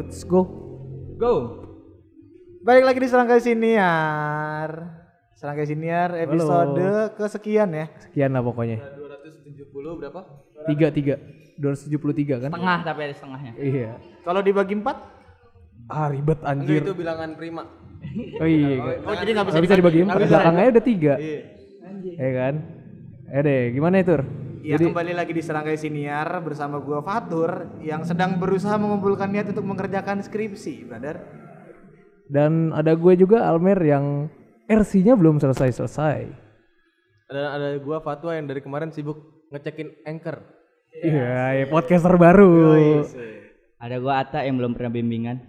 let's go. Balik lagi di Serangkai Siniar. Serangkai Siniar episode kesekian ya. Sekian lah pokoknya. 270 berapa? 273 kan? Setengah tapi ada setengahnya. Iya. Kalau dibagi 4? Ribet Enggak, anjir. itu bilangan prima. Oh iya. Oh jadi nggak Nggak bisa dibagi 4. Belakangnya udah 3. Iya. Ya kan? Deh, gimana itu? Ya kembali lagi di Serangkai Siniar bersama gua Fatur yang sedang berusaha mengumpulkan niat untuk mengerjakan skripsi, brother. Dan ada gue juga Almer yang RC-nya belum selesai. Ada gua Fatwa yang dari kemarin sibuk ngecekin Anchor. Iya, podcaster baru. Ada gua Ata yang belum pernah bimbingan.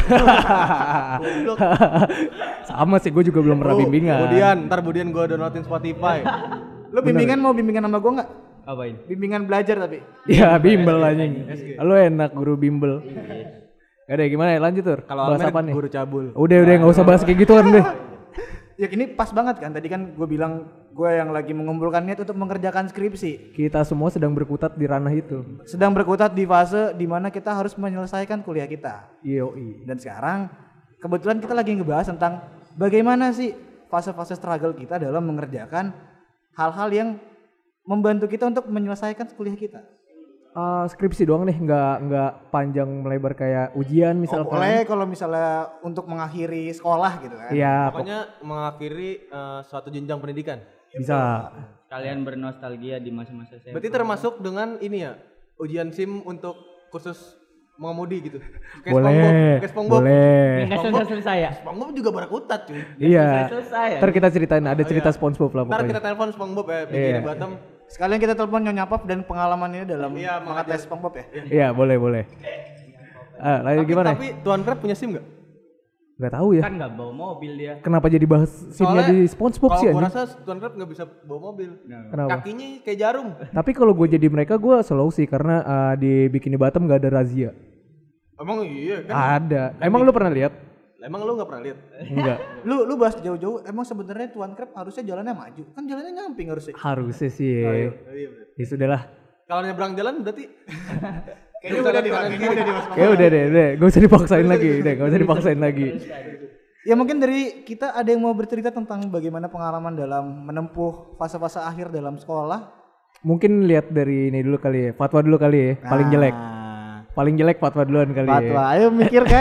Sama sih, gue juga belum pernah bimbingan. Kemudian gua downloadin Spotify. Lu bimbingan mau bimbingan sama gua nggak? Apain? Bimbingan belajar tapi. Iya, bimbel anjing. Lu enak guru bimbel. Deh, gimana ya? Lanjut Tur. Kalau Bahas Almer apa nih? guru cabul. Udah enggak usah bahas kayak gituan deh. Ya ini pas banget kan, tadi kan gue bilang gue yang lagi mengumpulkan niat untuk mengerjakan skripsi. Kita semua sedang berkutat di ranah itu. Sedang berkutat di fase dimana kita harus menyelesaikan kuliah kita. Yoi. Dan sekarang kebetulan kita lagi ngebahas tentang bagaimana sih fase-fase struggle kita dalam mengerjakan hal-hal yang membantu kita untuk menyelesaikan kuliah kita. Skripsi doang nih, nggak panjang melebar kayak ujian misalkan. Boleh kalau misalnya untuk mengakhiri sekolah gitu kan. Iya, Pokoknya mengakhiri suatu jenjang pendidikan. bisa. Kalian bernostalgia di masa-masa saya. Berarti termasuk dengan ini ya, ujian SIM untuk kursus mengemudi gitu. Kayak Boleh. SpongeBob. Boleh. Enggak selesai ya? SpongeBob juga berakutat cuy. Iya. Selesai ya? Ntar kita ceritain, ada cerita SpongeBob lah Ntar kita pokoknya. telepon SpongeBob ya, Iya. di bottom. Sekalian kita telepon Nyonya Pop dan pengalaman ini dalam Iya, mengetes SpongeBob ya. Iya, boleh. Lanjut gimana? Tapi Tuan Crab punya SIM nggak? Nggak tahu ya. Kan nggak bawa mobil dia. Kenapa jadi bahas scene-nya di SpongeBob sih Kalau gua anjing? rasa Tuan Crab nggak bisa bawa mobil. Kenapa? Kakinya kayak jarum. Tapi kalau gue jadi mereka, gue slow sih karena di Bikini Bottom nggak ada razia. Emang iya kan? Ada. Emang lu pernah lihat? Emang lu nggak pernah lihat? Enggak. Lu bahas jauh-jauh, emang sebenarnya Tuan Crab harusnya jalannya maju. Kan jalannya nyamping harusnya. Harusnya sih. Iya. Ya sudahlah. Kalau nyebrang jalan berarti Kayaknya udah dimas. Ya udah deh. Gak usah dipaksain lagi. Gak usah dipaksain lagi. Ya mungkin dari kita ada yang mau bercerita tentang bagaimana pengalaman dalam menempuh fase-fase akhir dalam sekolah. Mungkin lihat dari ini dulu kali ya. Fatwa dulu kali ya. Paling jelek. Paling jelek Fatwa duluan kali Fatwa, ya. ayo mikirkan.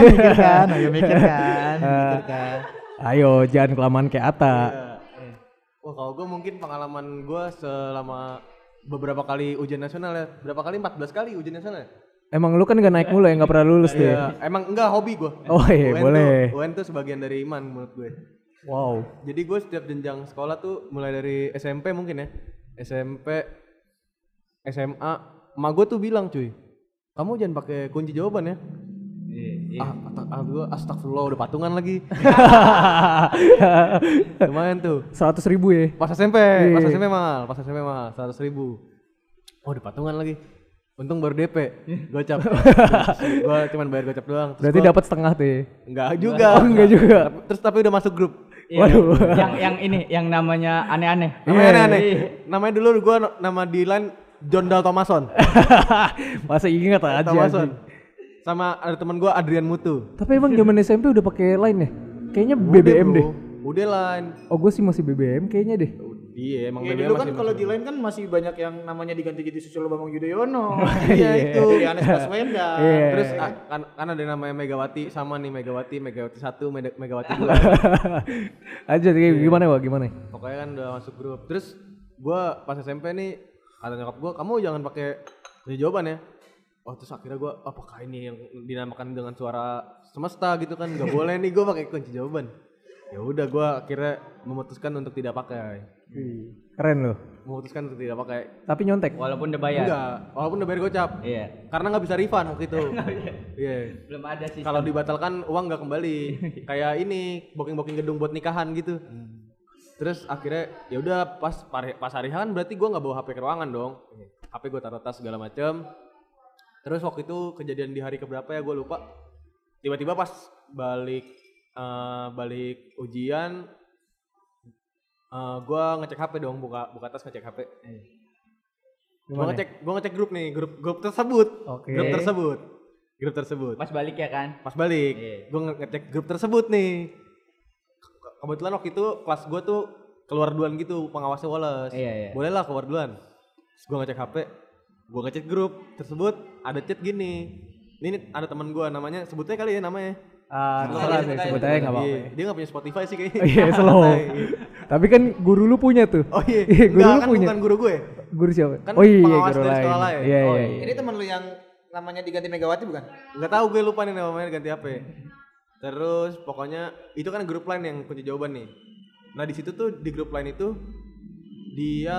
Ayo jangan kelamaan kayak Ata. wah kalau gue mungkin pengalaman gue selama beberapa kali ujian nasional ya. Berapa kali? 14 kali ujian nasional ya? Emang lu kan gak naik mulu ya, gak pernah lulus deh. Iya, emang enggak hobi gue. Oh iya, boleh. UN tuh sebagian dari iman menurut gue. Wow. Jadi gue setiap jenjang sekolah tuh mulai dari SMP mungkin ya. SMP, SMA, emak gue tuh bilang cuy, kamu jangan pakai kunci jawaban ya. Gue astagfirullah udah patungan lagi. Lumayan tuh. 100.000 ya. Pas SMP mal 100.000. Oh udah patungan lagi. Untung baru DP, gocap. Gue cuman bayar gocap doang. Terus Berarti dapat setengah tuh ya. Enggak juga. Oh, enggak juga. Tapi udah masuk grup. Waduh. Yang namanya aneh-aneh. Namanya aneh-aneh. Namanya dulu gue nama di line John Dal Thomason. Masa ingat aja. Thomason. Sama ada teman gue Adrian Mutu. Tapi emang zaman SMP udah pakai line ya? Kayaknya BBM deh. Udah line. Oh gue sih masih BBM kayaknya deh. Iya emang Ya BBM dulu kan masih kalau masuk. di lain kan masih banyak yang namanya diganti jadi Susilo Bambang Yudhoyono. Iya, itu. Di Anies Baswedan. Iya. Terus kan ada yang namanya Megawati sama nih Megawati 1, Megawati 2. Aja gimana Wak, gimana? Pokoknya kan udah masuk grup. Terus gua pas SMP nih kata nyokap gua, kamu jangan pakai kunci jawaban ya. Oh terus akhirnya gua apakah ini yang dinamakan dengan suara semesta gitu kan? Gak boleh nih gua pakai kunci jawaban. Ya udah gua akhirnya memutuskan untuk tidak pakai. Keren loh. Memutuskan untuk tidak pakai. Tapi nyontek. Walaupun udah bayar. Enggak, walaupun udah bayar gocap. Iya. Karena nggak bisa refund waktu itu. Iya. Belum ada sih. Kalau dibatalkan uang nggak kembali. Kayak ini booking gedung buat nikahan gitu. Terus akhirnya ya udah pas hari kan berarti gue nggak bawa HP ke ruangan dong. HP gue taruh tas segala macam. Terus waktu itu kejadian di hari keberapa ya gue lupa. Tiba-tiba pas balik ujian, gue ngecek HP dong, buka tas ngecek HP. Gue ngecek grup nih, grup tersebut. Oke. Grup tersebut. grup tersebut. Pas balik ya kan? Pas balik, Iya. gue ngecek grup tersebut nih. Kebetulan waktu itu kelas gue tuh keluar duluan gitu, pengawasnya Wallace. Iya. Boleh lah keluar duluan. Terus gue ngecek HP, gue ngecek grup tersebut ada chat gini. Ini ada teman gue namanya, sebutnya kali ya namanya. Terserah sih, sebut aja nggak apa-apa. Iya, dia nggak punya Spotify sih kayaknya. Iya, slow. Iya. Tapi kan guru lu punya tuh. Oh iya, Guru enggak lu kan punya. bukan guru gue. Guru siapa? Kan Oh iya, pengawas guru dari lain. sekolah ya? Iya, Oh, iya, iya. iya. Ini teman lu yang namanya diganti Megawati bukan? Nggak tahu gue lupa nih namanya ganti HP. Terus pokoknya itu kan grup lain yang kunci jawaban nih. Nah di situ tuh di grup lain itu dia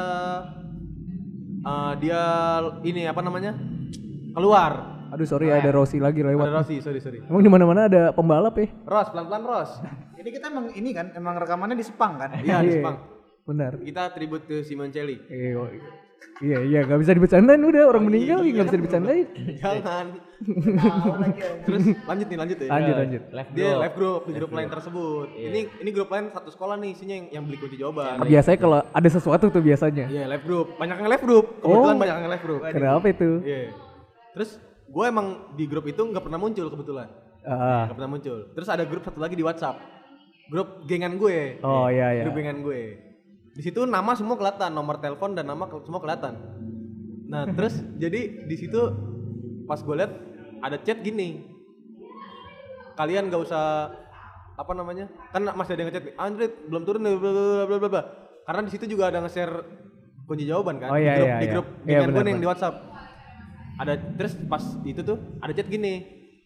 ini apa namanya keluar. Aduh sorry ada Rossi lagi Ada lewat. Rossi, sorry. Emang di mana-mana ada pembalap ya? Ros, pelan-pelan Ros. Ini kita emang ini kan emang rekamannya di Sepang kan? Iya di Sepang. Benar. Kita tribut ke Simoncelli. Iya, nggak bisa dibercandain udah orang meninggal nggak bisa dibercandain. Jangan. Terus lanjut ya. Lanjut. Dia live group di grup lain tersebut. Ini grup lain satu sekolah nih isinya yang beli kunci jawaban. Biasanya kalau ada sesuatu tuh biasanya. Iya live group. Banyak yang live group. Kebetulan banyak yang live group. Kenapa itu? Iya. Terus gue emang di grup itu nggak pernah muncul kebetulan. Nggak pernah muncul. Terus ada grup satu lagi di WhatsApp. Grup gengan gue. Oh iya. Grup gengan gue. Di situ nama semua kelihatan, nomor telepon dan nama semua kelihatan. Nah terus jadi di situ pas gue liat ada chat gini. Kalian gak usah apa namanya? Kan masih ada yang ngechat nih. Android belum turun bla bla bla. Karena di situ juga ada nge-share kunci jawaban kan. Oh, iya, di iya. grup Iya, gengan gue benar, yang di WhatsApp. Ada terus pas itu tuh ada chat gini.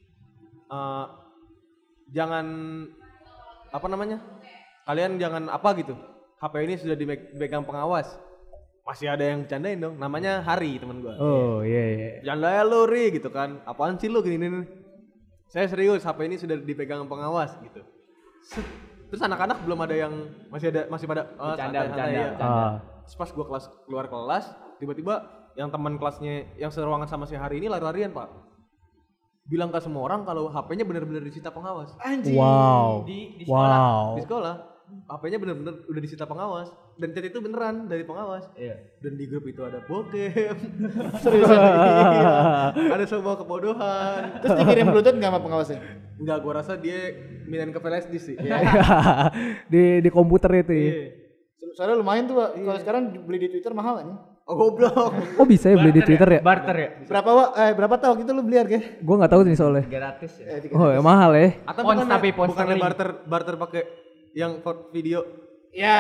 Jangan apa namanya? Kalian jangan apa gitu. HP ini sudah dipegang pengawas. Masih ada yang bercandain dong. Namanya Hari teman gua. Oh iya. Jangan ya lu Ri gitu kan. Apaan sih lu gini. Saya serius, HP ini sudah dipegang pengawas gitu. Terus anak-anak belum ada yang masih pada Bercanda. ya. Ah. Terus pas gua keluar kelas, tiba-tiba yang teman kelasnya yang seruangan sama si Hari ini lari-larian, Pak. Bilang ke semua orang kalau HP-nya benar-benar disita pengawas. Anjing. Wow. Di sekolah. Di sekolah. HP-nya bener-bener udah disita pengawas dan chat itu beneran dari pengawas. Iya. Dan di grup itu ada bokep, ada semua kebodohan. Terus dikirim Bluetooth enggak sama pengawasnya? Enggak, gua rasa dia mindahin ke flash disk sih. di komputer itu ya. Iya. Soalnya lumayan tuh, Pak. Kalau sekarang beli di Twitter mahal kan? Oh goblok. Oh bisa ya beli di Twitter ya? Barter ya? Berapa tahun itu lu beli harga? Gua nggak tahu nih soalnya. Gratis ya? Oh ya, mahal ya. Atau Pons tapi pons bukannya sterling. barter pakai yang video. Ya.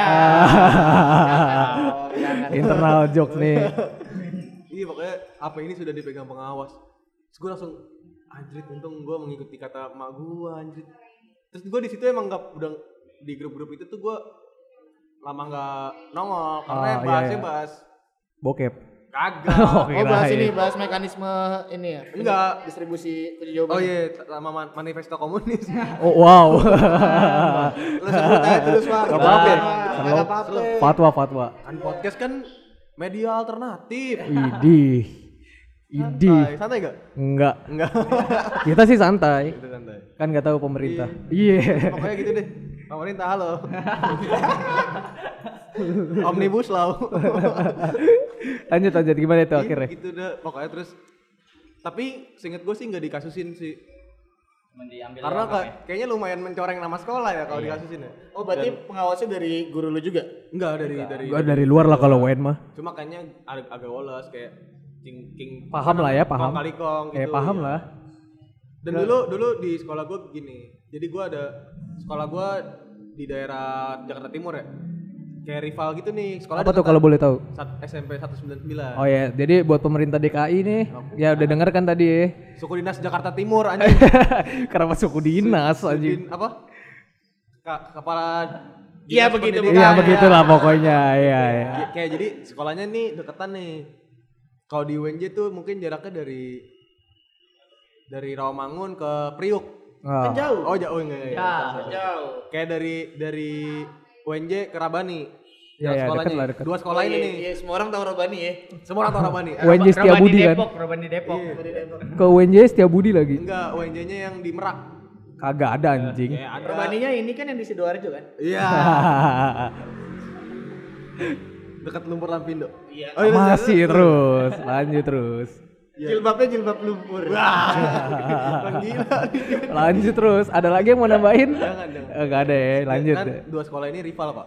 Internal jokes nih. Iya pokoknya HP ini sudah dipegang pengawas. Terus gue langsung anjrit, untung gue mengikuti kata emak gue anjrit. Terus gue di situ emang udah di grup-grup itu tuh gue lama nggak nongol karena bahasnya bahas Bokep. kagak. Oh bahas kirain. ini, bahas mekanisme ini ya? Enggak. Distribusi kunci jawaban. Oh iya, sama manifesto komunis. Oh wow. Lu sebut aja terus Pak. Gak apa-apa. Nggak apa-apa. Fatwa. Kan podcast kan media alternatif. Idih. Santai gak? Enggak. Enggak. Kita sih santai. Itu santai. Kan nggak tahu pemerintah. Iya. Pokoknya gitu deh. Pemerintah halo. Omnibus Law. lanjut gimana itu akhirnya? Gitu deh. Pokoknya terus. Tapi seinget gue sih nggak dikasusin sih. Diambil Karena orang ya? kayaknya lumayan mencoreng nama sekolah ya kalau dikasusin ya. Oh berarti pengawasnya dari guru lu juga? Enggak Gua dari luar lah kalau WN mah. Cuma kayaknya agak woles kayak king Paham lah ya, paham. Kong kali kong gitu. Paham ya. lah. Dan dulu di sekolah gue gini. Jadi gue ada sekolah gue di daerah Jakarta Timur ya. Kayak rival gitu nih. Sekolah Apa tuh kalau boleh tahu? SMP 199. Oh ya, jadi buat pemerintah DKI nih, ya udah denger kan tadi ya. Suku Dinas Jakarta Timur anjing. Kenapa suku dinas anjing? Apa? Kepala Iya Dinas begitu. Pendidikan. Iya begitulah pokoknya, iya. Kayak jadi sekolahnya nih deketan nih. Kalau di UNJ tuh mungkin jaraknya dari Rawamangun ke Priuk. Kan jauh. Oh jauh enggak ya. Jauh. Kayak dari UNJ ke Rabani. Ya, ya, sekolahnya. deket lah, deket. Dua sekolah ini nih. Iya, semua orang tahu Robani ya. Semua orang tahu Rabani. UNJ Setiabudi kan? Roban di Depok. Ke UNJ Setiabudi lagi. Enggak, UNJ-nya yang di Merak. Kagak ada anjing. Kayak ada. Robaninya ini kan yang di Sidoarjo kan? Iya. Dekat Lumpur Lampindo. Iya. Oh, iya, Masih terus, lanjut terus. Jilbabnya jilbab lumpur. Bang gila. Lanjut terus. Ada lagi yang mau nambahin? Jangan. Enggak ada ya. Lanjut Kan deh. dua sekolah ini rival, Pak.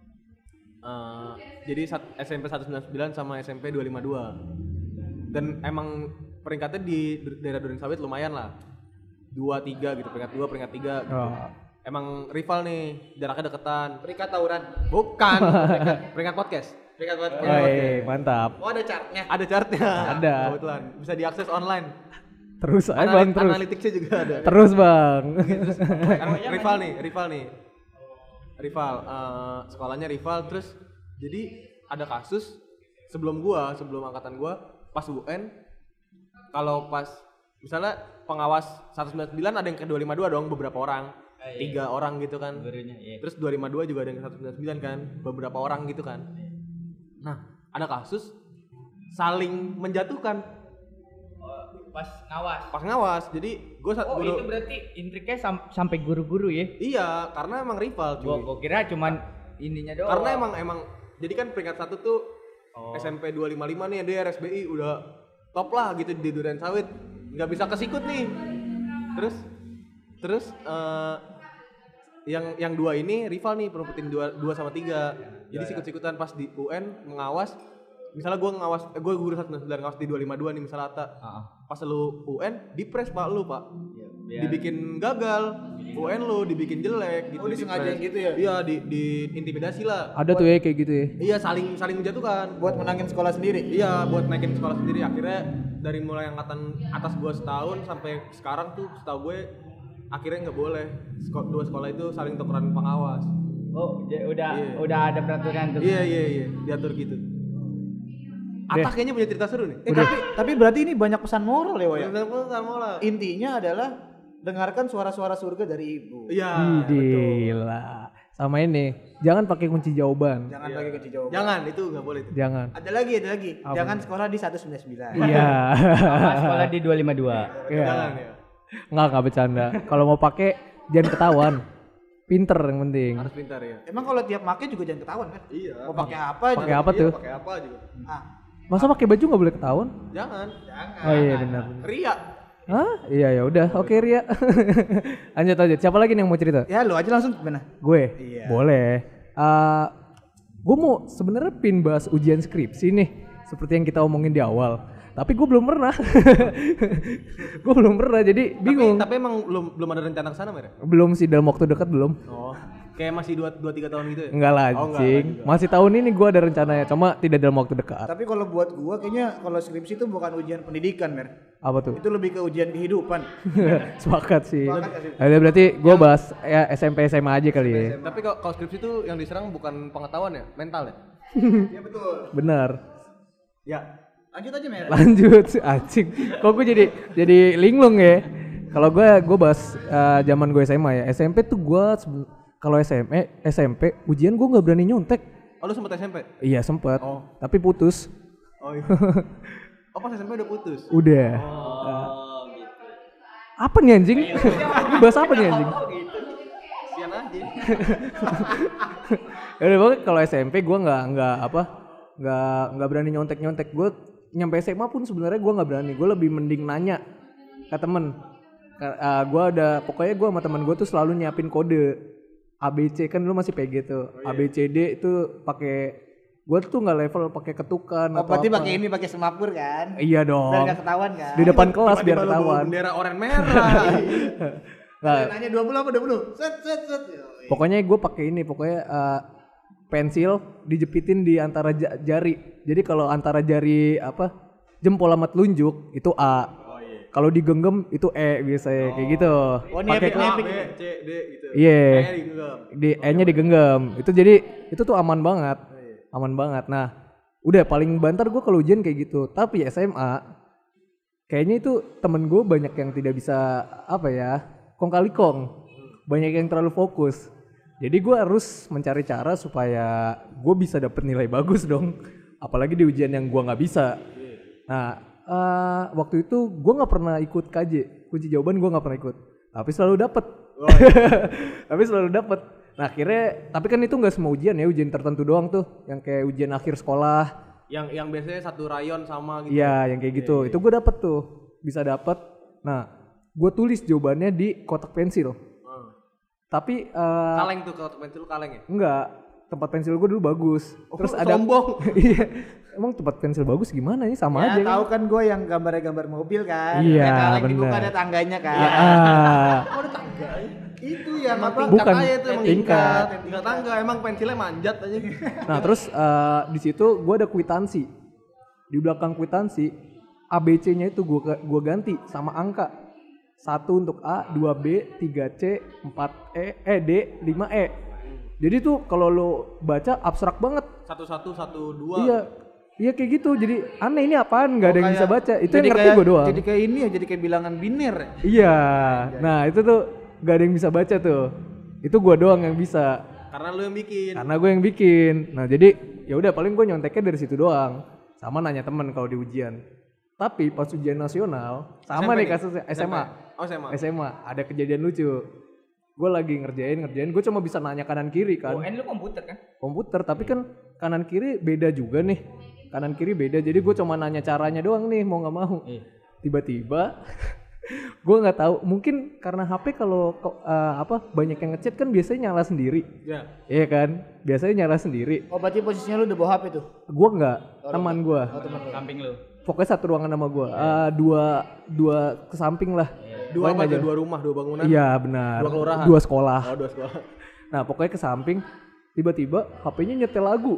Jadi SMP 199 sama SMP 252. Dan emang peringkatnya di daerah Durensawit lumayan lah. 2-3 gitu, peringkat 2, peringkat 3 gitu. Oh. Emang rival nih, jaraknya deketan. Peringkat tawuran. Bukan, peringkat podcast. Peringkat buat. Woi, mantap. Oh ada chartnya. Ada chartnya. Ada. Kebetulan bisa diakses online. Terus aja Bang, terus. Analyticsnya juga ada. Terus Bang. Kan rival nih. Rival, sekolahnya rival. Terus jadi ada kasus sebelum angkatan gua pas UN, kalau pas misalnya pengawas 199 ada yang ke 252 dong, beberapa orang. 3 orang gitu kan. Gurunya, iya. Terus 252 juga ada yang ke 199 kan, beberapa orang gitu kan. Nah, ada kasus saling menjatuhkan Pas ngawas. pas ngawas. Jadi gue Oh, itu berarti intriknya sampai guru-guru ya? iya, karena emang rival cuy. Gua kira cuman ininya doang. Karena emang jadi kan peringkat 1 tuh SMP 255 nih, dia RSBI udah top lah gitu di Durensawit. Nggak bisa kesikut nih. Terus yang 2 ini rival nih, perebutin 2 sama 3. Jadi sikut-sikutan pas di UN mengawas. Misalnya gue guru 199 ngawas di 252 nih misalnya Ata. Pas lu UN dipres Pak lu, Pak. Biar- Dibikin gagal. UN lu dibikin jelek gitu. Oh, disengajain dipres. gitu ya? Iya, di intimidasi lah. Ada tuh ya kayak gitu ya. Iya, saling menjatuhkan. Buat menangin sekolah sendiri. Iya, buat naikin sekolah sendiri. Akhirnya dari mulai angkatan atas gua setahun sampai sekarang tuh setahu gue akhirnya nggak boleh dua sekolah itu saling tukeran pengawas. Oh, Iya. udah ada peraturan tuh. Iya, diatur gitu. Atta kayaknya punya cerita seru nih. Tapi berarti ini banyak pesan moral ya, Woy. Bener-bener mola. Intinya adalah dengarkan suara-suara surga dari ibu. Iya, Gila. Sama ini, jangan pakai kunci jawaban. Jangan pakai kunci jawaban. jangan, itu nggak boleh tuh. Jangan. Ada lagi. Apa? Jangan sekolah di 199. Iya. Sama sekolah di 252. Iya. Jangan ya. Enggak bercanda. Kalau mau pakai jangan ketahuan. Pinter yang penting. Harus pintar ya. Emang kalau tiap make juga jangan ketahuan kan? Iya. Mau pakai apa? Pakai juga. apa tuh? Pakai apa juga? Ah, Masa pakai baju nggak boleh ketahuan? Jangan. Oh iya benar. Ria. Hah? Iya ya udah. Oke Ria. Lanjut aja. Siapa lagi nih yang mau cerita? ya lu aja langsung gimana? Gue. Iya. Boleh. Gue mau sebenarnya pin bahas ujian skripsi nih, seperti yang kita omongin di awal. Tapi gue belum pernah. Gue belum pernah, jadi bingung. Tapi emang belum ada rencana ke sana, Mer? Belum sih, dalam waktu dekat belum. Oh. Kayak masih 2-3 tahun gitu ya? Enggak lah, Oh, enggak anjing. juga. Masih tahun ini gue ada rencananya, cuma tidak dalam waktu dekat. Tapi kalau buat gua kayaknya kalau skripsi itu bukan ujian pendidikan, Mer. Apa tuh? Itu lebih ke ujian kehidupan. Sepakat sih. Sepakat nggak sih? Ada berarti gue bahas ya SMP SMA aja kali ya. Tapi kalau skripsi itu yang diserang bukan pengetahuan ya, mental ya? Iya betul. Benar. Ya. Lanjut aja, Mer. Lanjut, anjing. Kok gue jadi linglung ya? Kalau gue bahas zaman gue SMA ya. SMP tuh gue kalau SMP ujian gue nggak berani nyontek. Oh, lu sempet SMP? Iya sempet. Oh. Tapi putus. Oh iya. Oh, pas SMP udah putus? Udah. Oh, gitu. Apa nih anjing? Ini bahas apa nih anjing? Sian aja. Ya udah pokoknya kalau SMP gue nggak berani nyontek. Gue nyampe SMA pun sebenarnya gue nggak berani. Gue lebih mending nanya ke temen. Pokoknya gue sama temen gue tuh selalu nyiapin kode ABC, kan dulu masih PG tuh. Oh, iya. ABCD itu pakai, gue tuh nggak level pakai ketukan Oh, atau berarti apa. pakai semapur kan? Iya dong. Biar gak ketahuan kan? Di depan kelas biar Tiba-tiba lu bawa ketahuan. bendera oranye merah. Nggak, Nanya 20 apa 20? Set. pokoknya gue pakai ini, pensil dijepitin di antara jari. Jadi kalau antara jari jempol sama telunjuk itu A. Kalau digenggam itu E biasanya kayak gitu. Oh, Pakai niapin. A, B, C, D gitu. Iya. E digenggam. Di E-nya digenggam. Itu jadi itu tuh aman banget. Aman banget. Nah, udah paling banter gue kalau ujian kayak gitu. Tapi SMA kayaknya itu temen gue banyak yang tidak bisa kong kali kong. Banyak yang terlalu fokus. Jadi gue harus mencari cara supaya gue bisa dapet nilai bagus dong. Apalagi di ujian yang gue nggak bisa. Nah, waktu itu gue nggak pernah ikut KJ, kunci jawaban gue nggak pernah ikut, tapi selalu dapet. Tapi selalu dapet. Nah akhirnya, tapi kan itu nggak semua ujian ya, ujian tertentu doang tuh, yang kayak ujian akhir sekolah, Yang biasanya satu rayon sama gitu. Iya, yang kayak gitu. Itu gue dapet tuh, bisa dapet. Nah, gue tulis jawabannya di kotak pensil. Tapi Kaleng tuh kalau pensil kaleng ya? enggak, tempat pensil gue dulu bagus. Terus ada sombong. Iya. Emang tempat pensil bagus gimana ini sama Ya aja tahu kan? kan gue yang gambar mobil kan. Iya, Yang kaleng dibuka bener. ada tangganya kan. Ah, Oh ada tangga. Itu yang apa? Bukan, Aja itu emang tingkat. tingkat tangga emang pensilnya manjat aja. nah terus di situ gue ada kwitansi. Di belakang kwitansi ABC-nya itu gue ganti sama angka. 1 untuk A, 2B, 3C, 4E, D, 5E. Jadi tuh kalau lo baca abstrak banget. 1112. Iya. Iya kayak gitu. Jadi aneh ini apaan? Gak ada yang bisa baca. Itu yang Jadi ngerti kayak- gue doang. Jadi kayak ini ya, jadi kayak bilangan biner. Iya. Nah itu tuh gak ada yang bisa baca tuh. Itu gue doang yang bisa. Karena lu yang bikin. Karena gue yang bikin. Nah jadi ya udah paling gue nyonteknya dari situ doang. Sama nanya temen kalau di ujian. Tapi pas ujian nasional sama SMP nih nih? kasusnya SMA. Oh SMA. SMA ada kejadian lucu. Gue lagi ngerjain. Gue cuma bisa nanya kanan kiri kan. UN lu komputer kan? Komputer tapi kan kanan kiri beda juga nih. Kanan kiri beda. Jadi gue cuma nanya caranya doang nih mau nggak mau. Tiba-tiba gue nggak tahu. Mungkin karena HP kalau banyak yang ngechat kan biasanya nyala sendiri. Ya. Iya kan? Biasanya nyala sendiri. Oh berarti posisinya lu udah bawa HP tuh? Gua enggak, teman gua. Samping lu. Pokoknya satu ruangan sama gua. Dua ke samping lah. Dua apa Pokoknya aja? 2 rumah, 2 bangunan. Iya benar. 2 kelurahan. 2 sekolah. Oh, 2 sekolah. Nah pokoknya ke samping. Tiba-tiba HP-nya nyetel lagu.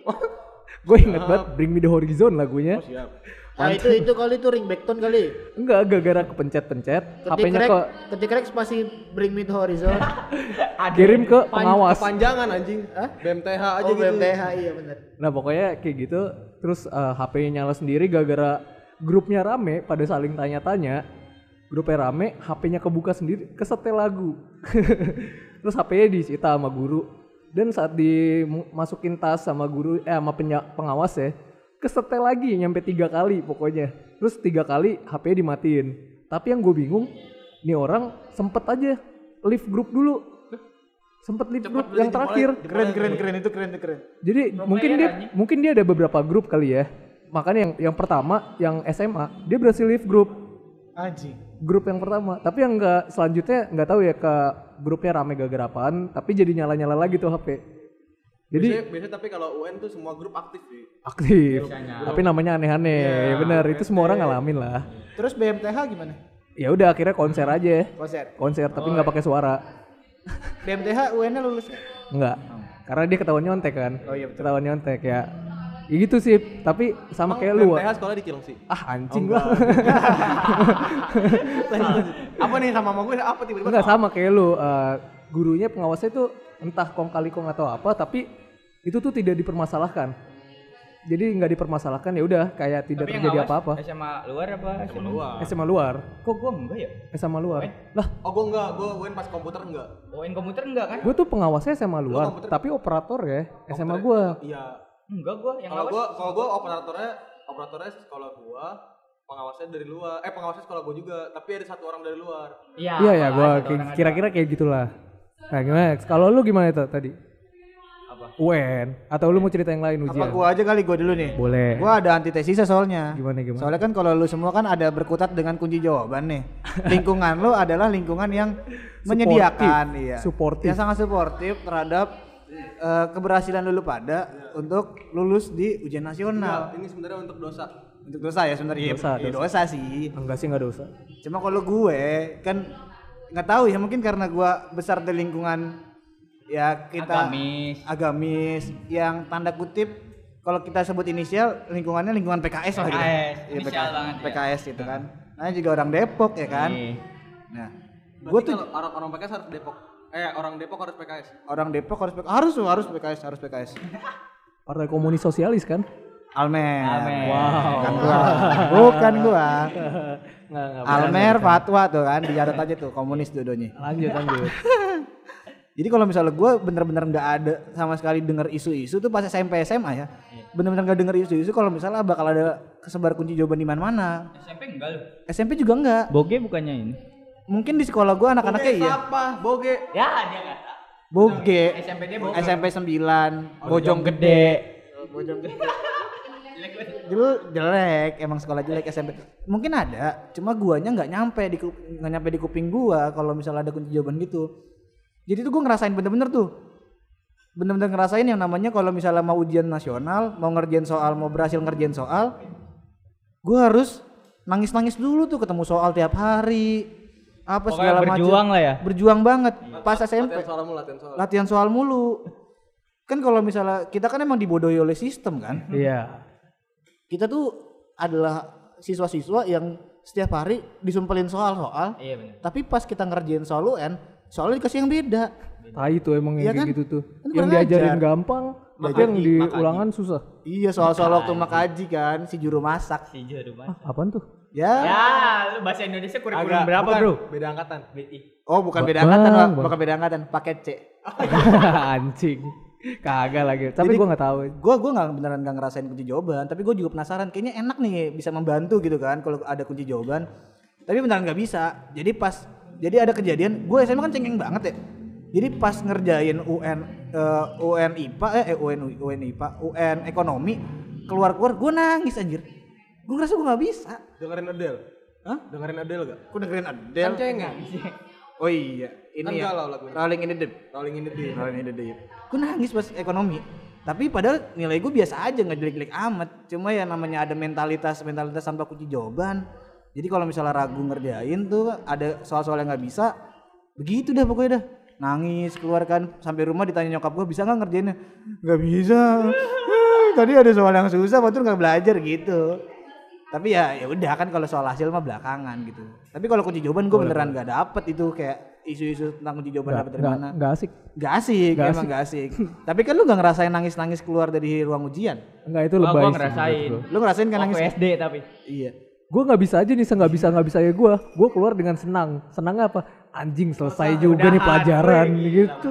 Gue inget banget Bring Me The Horizon lagunya. Oh, siap. Nah itu kali itu ringback-tone kali. Enggak, gara-gara kepencet-pencet. HP-nya Ketik rek spasi Bring Me to Horizon. kirim ke pengawas. Kepanjangan anjing. BMTH aja Oh gitu. BMTH iya benar. Nah pokoknya kayak gitu. Terus HP-nya nyala sendiri gara-gara grupnya rame pada saling tanya-tanya. Grupnya rame, HP-nya kebuka sendiri, kesetel lagu. Terus HP-nya disita sama guru. Dan saat dimasukin tas sama guru, sama pengawas ya, kesetel lagi nyampe 3 kali pokoknya. Terus 3 kali HP-nya dimatiin. Tapi yang gue bingung, nih orang sempet aja leave group dulu. Sempet leave group yang terakhir. Keren itu keren. Jadi mungkin dia ada beberapa grup kali ya. Makanya yang pertama yang SMA dia berhasil leave grup. Anjing. Grup yang pertama. Tapi yang enggak selanjutnya nggak tahu ya ke grupnya rame gara-gara apaan. Tapi jadi nyala-nyala lagi tuh HP. Jadi Biasanya tapi kalau UN tuh semua grup aktif sih. aktif. Tapi namanya aneh-aneh. Ya benar itu semua orang ngalamin lah. Terus BMTH gimana? Ya udah akhirnya konser aja. Konser. Tapi nggak pakai suara. BMTH UN-nya lulus. Enggak. Karena dia ketahuan nyontek kan. Oh iya betul. Ketahuan nyontek ya. Ya gitu sih. Tapi sama kayak lu. BMTH sekolah di Cilengsi. Anjing lah. Apa nih sama gue apa tiba-tiba? Enggak sama kayak lu. Gurunya pengawasnya itu entah kong kali kong atau apa, tapi itu tuh tidak dipermasalahkan. Jadi nggak dipermasalahkan ya udah kayak tidak Tapi yang terjadi awas apa-apa. SMA luar apa SMA Luar. SMA luar. Kok gua enggak ya? SMA luar. Lah, Oh gue enggak, gue UN pas komputer enggak. UN komputer enggak kan? gue tuh pengawasnya SMA luar, komputer- tapi operator ya SMA gua. Iya. Enggak gua yang Kalau awas. gue operatornya sekolah gua, pengawasnya dari luar. Pengawasnya sekolah gua juga, tapi ada 1 orang dari luar. Iya. Iya ya, apa, gua satu orang kira-kira kayak gitulah. Nah, gimana? Kalau lu gimana tuh tadi? Apa? UN atau lu mau cerita yang lain Apa ujian? gua aja kali gua dulu nih. Boleh. Gua ada antitesisnya soalnya. Gimana? Soalnya kan kalau lu semua kan ada berkutat dengan kunci jawaban nih. Lingkungan lu adalah lingkungan yang menyediakan, iya. Suportif. Yang sangat suportif terhadap keberhasilan lu pada untuk lulus di ujian nasional. Ini sebenarnya untuk dosa. Untuk dosa ya sebenarnya. Dosa, Iya, dosa sih. Enggak sih, enggak dosa. Cuma kalau gue kan nggak tahu ya, mungkin karena gue besar di lingkungan ya kita agamis yang tanda kutip kalau kita sebut inisial lingkungannya lingkungan PKS lah gitu. PKS, Iya, inisial banget ya. PKS gitu kan. Nah juga orang Depok ya kan. Iya. Nah, gue Berarti tuh kalau orang PKS harus Depok. Orang Depok harus PKS. orang Depok harus PKS. Partai Komunis Sosialis kan? Almer. Wow. Bukan gua. Enggak Almer Fatwa tuh kan, dicatat aja tuh komunis dua-duanya. Lanjut. Jadi kalau misalnya gue bener-bener nggak ada sama sekali denger isu-isu tuh pas SMP SMA ya, bener-bener nggak denger isu-isu kalau misalnya bakal ada kesebar kunci jawaban di mana-mana. SMP enggak lu? SMP juga enggak. Boge bukannya ini? Mungkin di sekolah gue anak-anaknya iya. Apa? Boge. Ya dia enggak. Boge. SMP dia Boge. SMP 9, Bojong gede. Bojong Gede. Dulu jelek, emang sekolah jelek SMP. Mungkin ada, cuma guanya nggak nyampe di kuping gua kalau misalnya ada kunci jawaban gitu. Jadi tuh gua ngerasain bener-bener ngerasain yang namanya kalau misalnya mau ujian nasional, mau ngerjain soal, mau berhasil ngerjain soal, gua harus nangis-nangis dulu tuh ketemu soal tiap hari. Apa Pokoknya segala macam. berjuang lah ya. Berjuang banget pas SMP. Latihan Latihan soal mulu. Kan kalau misalnya kita kan emang dibodohi oleh sistem kan. Iya. Kita tuh adalah siswa-siswa yang setiap hari disumpelin soal-soal. Iya benar. Tapi pas kita ngerjain soal UN, soalnya dikasih yang beda. Tai tuh emang Iya yang kan? kayak gitu tuh. Kan Yang kurang diajarin ajar. gampang, tapi yang di ulangan susah. Iya, soal-soal waktu makaji kan, si juru masak. Si juru masak. Apaan tuh? Ya. Ya, lu bahasa Indonesia kurikulum berapa, bukan, Bro? Beda angkatan. Oh, bukan beda Bang, angkatan, Pak. bang. Bukan beda angkatan, paket C. Anjing. Kagak lagi. Tapi Jadi, gua nggak tahu. Gua nggak beneran nggak ngerasain kunci jawaban, tapi gue juga penasaran. Kayaknya enak nih bisa membantu gitu kan kalau ada kunci jawaban. Tapi beneran nggak bisa. Jadi ada kejadian, gue SMA kan cengeng banget ya. Jadi pas ngerjain UN IPA UN IPA UN ekonomi keluar gue nangis anjir. Gue ngerasa gue nggak bisa. Dengerin Adele. Hah? Dengerin Adele gak? Gue dengerin Adele. Kan cengeng. Oh iya, ini Kan ya. galau lagunya. Rolling in the Deep. Rolling in the Deep. Rolling in the Deep. Gue nangis pas ekonomi. Tapi padahal nilai gue biasa aja, nggak jelek-jelek amat. Cuma ya namanya ada mentalitas tanpa kunci jawaban. Jadi kalau misalnya ragu ngerjain tuh ada soal-soal yang nggak bisa, begitu dah pokoknya dah. Nangis keluarkan sampai rumah ditanya nyokap gue bisa nggak ngerjainnya? Nggak bisa. Tadi ada soal yang susah, waktu nggak belajar gitu. Tapi ya udah kan kalau soal hasil mah belakangan gitu. Tapi kalau kunci jawaban gue beneran nggak dapet itu kayak isu-isu tentang kunci jawaban dapet dari mana? Nggak asik. Gak asik, Nggak emang gak asik. Tapi kan lu gak ngerasain nangis-nangis keluar dari ruang ujian? Enggak itu Oh, lebay. gua sih ngerasain. menurut gua. Lu ngerasain kan nangis? Waktu SD tapi. Iya. Gue nggak bisa aja nih, nggak bisa ya gue. Gue keluar dengan senang. Senangnya apa? Anjing selesai juga nih udahan, pelajaran wih. gitu.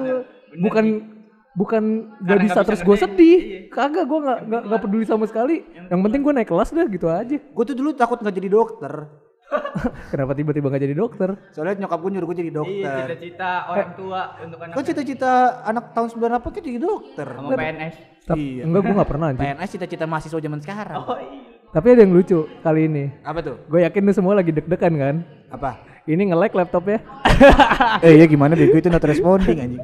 Bukan nggak Karena bisa nggak terus bisa gue ngerjain. sedih. Iya. Kagak, gue nggak peduli sama sekali. Yang penting gue naik kelas dah gitu aja. Gue tuh dulu takut gak jadi dokter. Kenapa tiba-tiba nggak jadi dokter? Soalnya nyokap gue nyuruh gue jadi Iya, dokter. cita-cita orang tua untuk anak. Kok cita-cita anak tahun 98 kan jadi dokter? Sama PNS. Iya. Enggak, gue nggak pernah anjing. PNS cita-cita mahasiswa zaman sekarang. Oh iya. Tapi ada yang lucu kali ini. Apa tuh? Gue yakin lu semua lagi deg-degan kan? Apa? Ini nge-lag laptopnya. Iya gimana bego itu not responding anjing.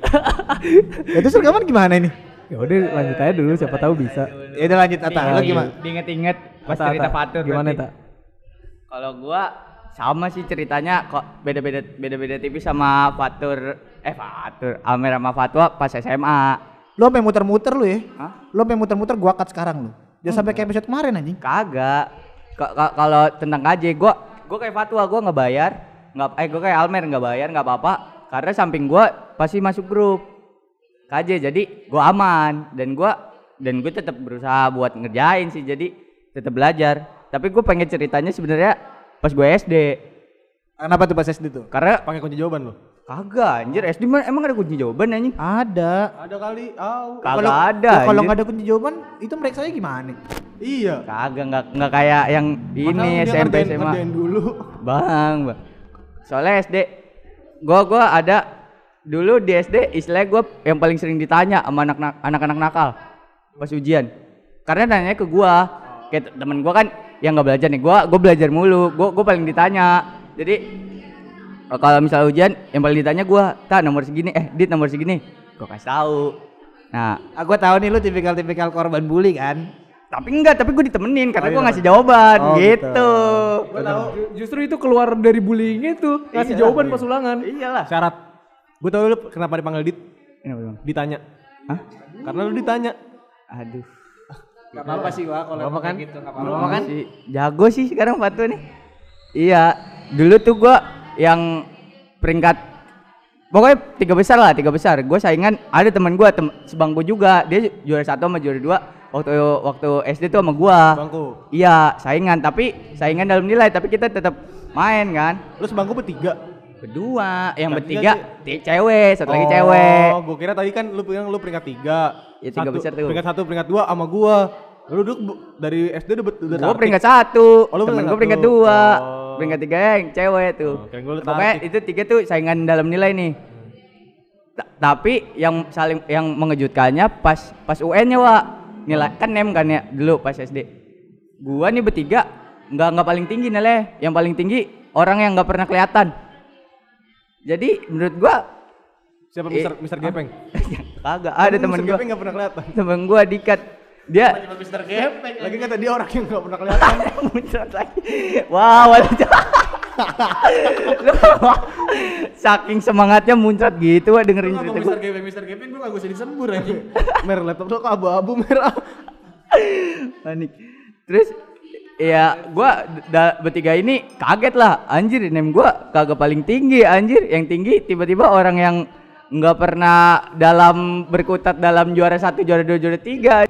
Ya terus rekaman gimana ini? Ya udah lanjut aja dulu, siapa tahu bisa. Ya udah lanjut Ata, lu gimana? Diinget-inget pas Ata, cerita Ata. Fatur. Gimana berarti. tak? Kalau gua sama sih ceritanya kok beda-beda tipis sama Fatur Amer sama Fatwa pas SMA. Lu sampai muter-muter lu ya? Hah? Lu sampai muter-muter gua cut sekarang lu. Jangan sampai kayak episode kemarin anjing. Kagak. Kalau tentang KJ gua kayak Fatwa, gua nggak bayar, gua kayak Almer nggak bayar nggak apa-apa karena samping gua pasti masuk grup KJ, jadi gua aman dan gue tetap berusaha buat ngerjain sih, jadi tetap belajar. Tapi gue pengen ceritanya sebenarnya pas gue SD. Kenapa tuh pas SD tuh? Karena Pakai kunci jawaban lo. kagak anjir, SD emang ada kunci jawaban anjing? Ada. Ada kali. Kagak ada. Kalau anjir. nggak ada kunci jawaban, itu mereka saya gimana? Iya. Kagak, nggak kayak yang ini SMP SMA. Ngerjain dulu. Bang. Soalnya SD gua ada dulu di SD, istilah gua yang paling sering ditanya sama anak-anak nakal pas ujian. Karena nanya ke gua, kayak temen gua kan yang nggak belajar nih, gua belajar mulu, gua paling ditanya. Jadi kalau misalnya ujian yang paling ditanya gua, nomor segini, dit nomor segini, gua kasih tahu. Nah, Aku tahu nih lu tipikal korban bully kan? tapi gue ditemenin karena Oh, gua iya. ngasih jawaban Oh, gitu. Gue tahu. Justru itu keluar dari bullying itu, ngasih Iya. jawaban pas ulangan. Iyalah. Syarat. Gue tahu lu kenapa dipanggil Dit? Kenapa, Bang? Ditanya. Hah? Karena lu ditanya. Aduh. Gak apa-apa sih gua kalau Gak apa-apa kan? gitu, gak Lu apa-apa kan? masih jago sih sekarang Fatu nih. Iya, dulu tuh gua yang peringkat pokoknya tiga besar. Gua saingan ada teman gua sebangku juga, dia juara 1 sama juara 2 waktu SD tuh sama gua. Bangku. Iya, saingan dalam nilai tapi kita tetap main kan. Lu sebangku bertiga. Berdua, yang Bertiga bertiga cewek, satu lagi cewek. Oh, gue kira tadi kan lu bilang lu peringkat 3. Ya, tiga besar tuh. Peringkat 1, peringkat 2 sama gua. Lu duduk dari SD udah Gua tarik. peringkat 1, Oh, lu temen peringkat gua peringkat satu. 2, Oh. peringkat 3 yang cewek tuh. Oh, kirain gua lu Pokoknya tarik. itu 3 tuh saingan dalam nilai nih. Tapi yang mengejutkannya pas UN-nya, Wak. nilai kan nem kan ya dulu pas SD. Gua nih bertiga nggak paling tinggi nilai. Yang paling tinggi orang yang nggak pernah kelihatan. Jadi menurut gua Siapa Mister Gepeng? kagak ada temen gua. Gepeng nggak pernah kelihatan. Temen gua dikat dia Mister Gepeng. Lagi kata dia orang yang nggak pernah kelihatan. muncrat lagi. Wow, saking semangatnya muncrat gitu wah dengerin cerita gua. Mister Gepeng gua enggak usah disembur anjing. Mer laptop lo kok abu-abu merah. Panik. Terus ya gua bertiga ini kaget lah anjir nem gua kagak paling tinggi anjir. Yang tinggi tiba-tiba orang yang nggak pernah berkutat dalam juara 1, juara 2, juara 3.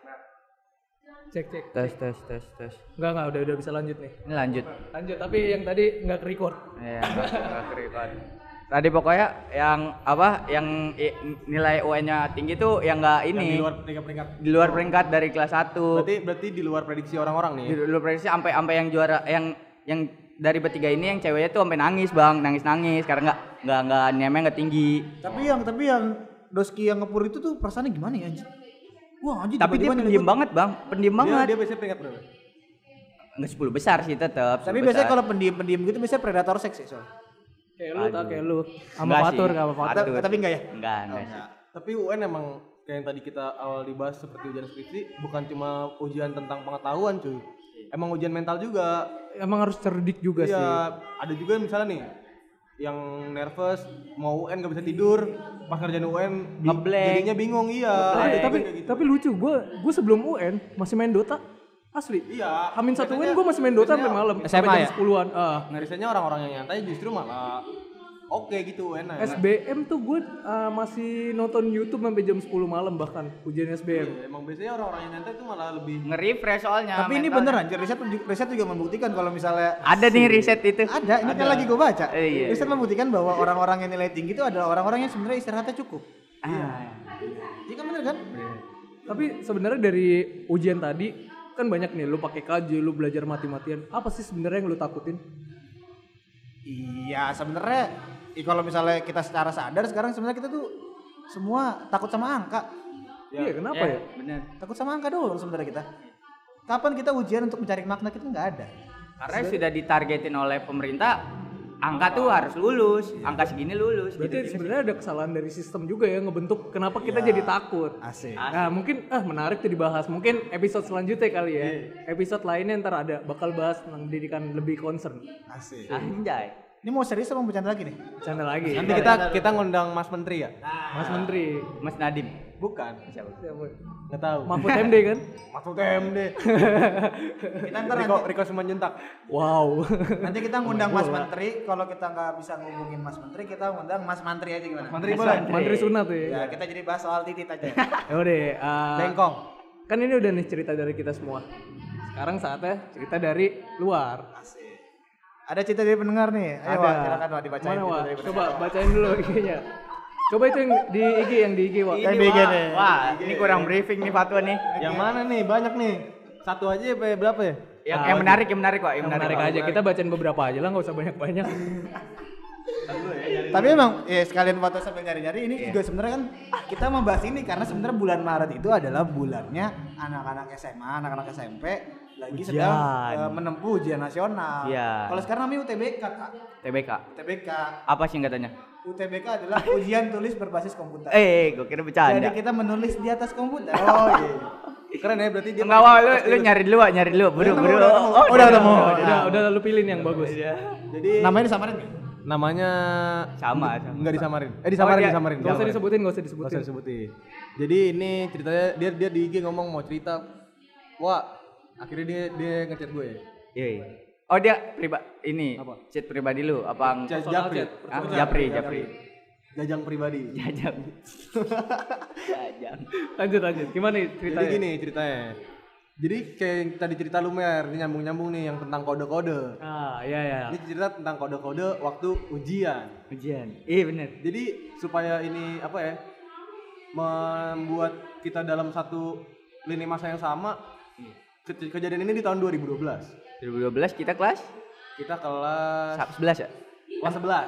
Cek. Tes. Enggak, udah bisa lanjut nih. Ini lanjut. Lanjut, tapi yang tadi enggak ke-record. Iya, enggak ke-record. Tadi pokoknya yang apa yang nilai UN-nya tinggi tuh yang enggak ini. Di luar peringkat. Di luar peringkat dari kelas 1. Berarti di luar prediksi orang-orang nih. Di luar prediksi sampai yang juara yang dari bertiga ini yang ceweknya tuh sampai nangis, Bang. Nangis karena enggak nilainya enggak tinggi. Tapi yang Doski yang ngepur itu tuh perasaannya gimana ya anjing? Wah anjing. Tapi dia pendiam banget, Bang. Pendiam banget. Dia biasanya peringkat berapa? Enggak 10 besar sih tetap. Tapi biasanya kalau pendiam gitu biasanya predator seks ya soal. Kayak lu sama Enggak Fatur sih. sama Fatur. Tapi enggak ya? Enggak sih. Tapi UN emang kayak yang tadi kita awal dibahas seperti ujian skripsi bukan cuma ujian tentang pengetahuan cuy. Emang ujian mental juga. Emang harus cerdik juga sih. Iya, ada juga misalnya nih yang nervous mau UN gak bisa tidur pas ngerjain UN Ngeblank. jadinya bingung iya. Ada, Ada tapi kayak gitu. tapi lucu gue sebelum UN masih main Dota asli. Iya. Hamin 1 UN biasanya- gue masih main Dota sampai biasanya malam. SMA sampai ya? jam 10-an. Biasanya orang-orang yang nyantai justru malah oke gitu UN. SBM tuh gue masih nonton YouTube sampai jam 10 malam bahkan ujian SBM. Iya, emang biasanya orang-orang yang nyantai itu malah lebih Nge-refresh soalnya. Tapi ini mentalnya. bener anjir, riset juga membuktikan kalau misalnya Ada nih riset itu. ada, ini kan lagi gue baca. Iya. Riset membuktikan bahwa orang-orang yang nilai tinggi itu adalah orang-orang yang sebenarnya istirahatnya cukup. Ah. Iya kan bener kan? Tapi sebenarnya dari ujian tadi kan banyak nih lu pakai KJ, lu belajar mati-matian. Apa sih sebenarnya yang lu takutin? Iya sebenarnya kalau misalnya kita secara sadar sekarang sebenarnya kita tuh semua takut sama angka. Iya, kenapa ya? Bener. Takut sama angka doang sebenarnya kita. Kapan kita ujian untuk mencari makna kita nggak ada. Karena sudah ditargetin oleh pemerintah, angka tuh harus lulus, angka segini lulus. Berarti sebenarnya ada kesalahan dari sistem juga ya ngebentuk kenapa kita jadi takut. Asik. Nah mungkin menarik tuh dibahas. Mungkin episode selanjutnya kali ya. Episode lainnya ntar ada bakal bahas tentang pendidikan lebih concern. Asik. Anjay. Ini mau serius apa mau bercanda lagi nih? Canda lagi. nanti kita ngundang Mas Menteri ya? Mas Menteri. Mas Nadim. Bukan. Siapa? Enggak tahu. Mahfud MD kan? Mahfud MD. Kita ntar Riko Simanjuntak. Wow. nanti kita ngundang Mas Menteri. Kalau kita nggak bisa ngubungin Mas Menteri, kita ngundang Mas Mantri aja gimana? Menteri boleh. Menteri Sunat tuh ya. Ya kita jadi bahas soal titit aja. Ya udah. Bengkong. Kan ini udah nih cerita dari kita semua. Sekarang saatnya cerita dari luar. Ada cerita dari pendengar nih. Ayo Wak, silakan Wak dibacain Mana cerita Wak? dari pendengar. Coba bacain dulu IG-nya. Coba itu yang di IG Wak. Yang bikin nih. Wah, ini kurang briefing nih Fatwa nih. Yang mana nih? Banyak nih. Satu aja apa ya? Berapa ya? Yang menarik, yang menarik Wak, yang Menarik Wak. aja. Kita bacain beberapa aja lah, nggak usah banyak-banyak. Tapi emang sekalian foto sambil nyari-nyari ini juga sebenarnya kan kita membahas ini karena sebenarnya bulan Maret itu adalah bulannya anak-anak SMA, anak-anak SMP lagi sedang menempuh ujian nasional. Iya. Kalau sekarang namanya UTBK, Kak. TBK. UTBK. Apa singkatannya? UTBK adalah ujian tulis berbasis komputer. Gue kira bercanda. Jadi kita menulis di atas komputer. Oh iya. Keren ya berarti dia. Enggak, Wak, lu nyari dulu, Wak, nyari dulu. Buru. Oh, Udah ketemu. Udah lu pilih nih yang bagus. Jadi Namanya disamarin nggak? namanya Sama. enggak disamarin. Disamarin, dia- disamarin. Gak usah disebutin, gak usah Gak disebutin. usah disebutin. Jadi ini ceritanya dia di IG ngomong mau cerita. Wah, akhirnya dia ngechat gue ya. Iya. Oh, dia ini Apa? chat pribadi lu apa? Chat Personal Japri. chat. Ah, Japri. Jajang pribadi. Jajang. Jajang. Lanjut. Gimana nih ceritanya? Jadi gini ceritanya. Jadi kayak yang tadi cerita lu Mer, ini nyambung-nyambung nih yang tentang kode-kode. Iya. Ini cerita tentang kode-kode waktu ujian. Ujian. Iya bener. Jadi supaya ini apa ya? Membuat kita dalam satu lini masa yang sama. Kejadian ini di tahun 2012. 2012 kita kelas Kita kelas 11 ya? kelas 11.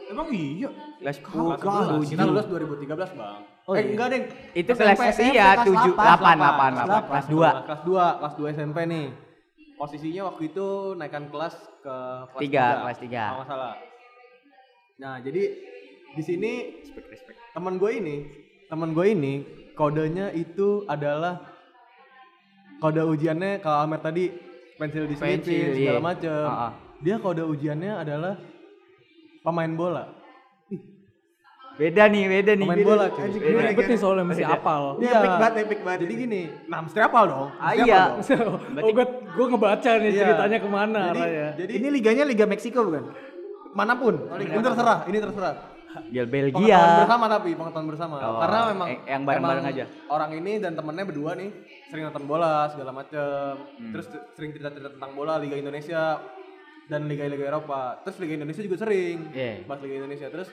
Emang iya? Kelas Kelas 11. Kita lulus 2013, Bang. Oh, iya. Enggak, Deng. Itu kelas iya kelas 7 8, 8 kelas 2. Kelas 2 SMP nih. Posisinya waktu itu naikkan kelas ke kelas 3. Kelas 3. Kalau nggak salah. Nah, jadi di sini teman gue ini kodenya itu adalah kode ujiannya kalau Amer tadi pensil diselipin segala macem. Dia kode ujiannya adalah pemain bola. Beda nih. Pemain bola cuy. Ini ribet nih soalnya mesti apal. Dia epic banget. Jadi gini, nah mesti apal dong. Mesti Iya. apal dong. Oh gue ngebaca nih Iya. ceritanya kemana arahnya. Jadi Ini liganya Liga Meksiko bukan? manapun. Ini terserah. Dia Pengetahuan Belgia. bersama tapi pengetahuan bersama. Oh, Karena memang yang bareng-bareng emang aja. Orang ini dan temennya berdua nih sering nonton bola segala macem. Terus sering cerita-cerita tentang bola Liga Indonesia dan Liga-Liga Eropa. Terus Liga Indonesia juga sering. Iya. Bahas Liga Indonesia terus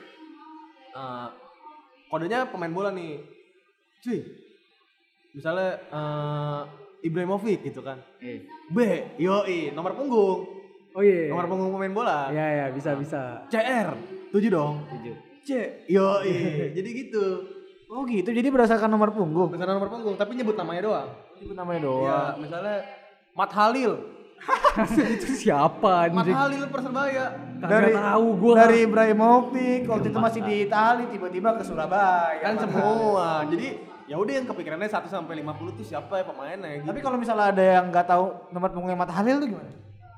kodenya pemain bola nih. Cuy. Misalnya Ibrahimovic gitu kan. B, yoi, nomor punggung. Oh iya. Nomor punggung pemain bola. Iya bisa. CR, 7 dong. 7. C, yoi. Jadi gitu. Oh gitu, jadi berdasarkan nomor punggung. Bukan nomor punggung, tapi nyebut namanya doang. Itu namanya Ya, doang. misalnya Mat Halil. Itu siapa Mat anjing? Halil Persebaya. Kagak tahu gua. Dari Ibrahimovic waktu itu masih di Itali, tiba-tiba ke Surabaya. Kan semua. Jadi ya udah yang kepikirannya 1 sampai 50 tuh siapa ya pemainnya gitu. Tapi kalau misalnya ada yang nggak tahu nomor punggungnya Mat Halil tuh gimana?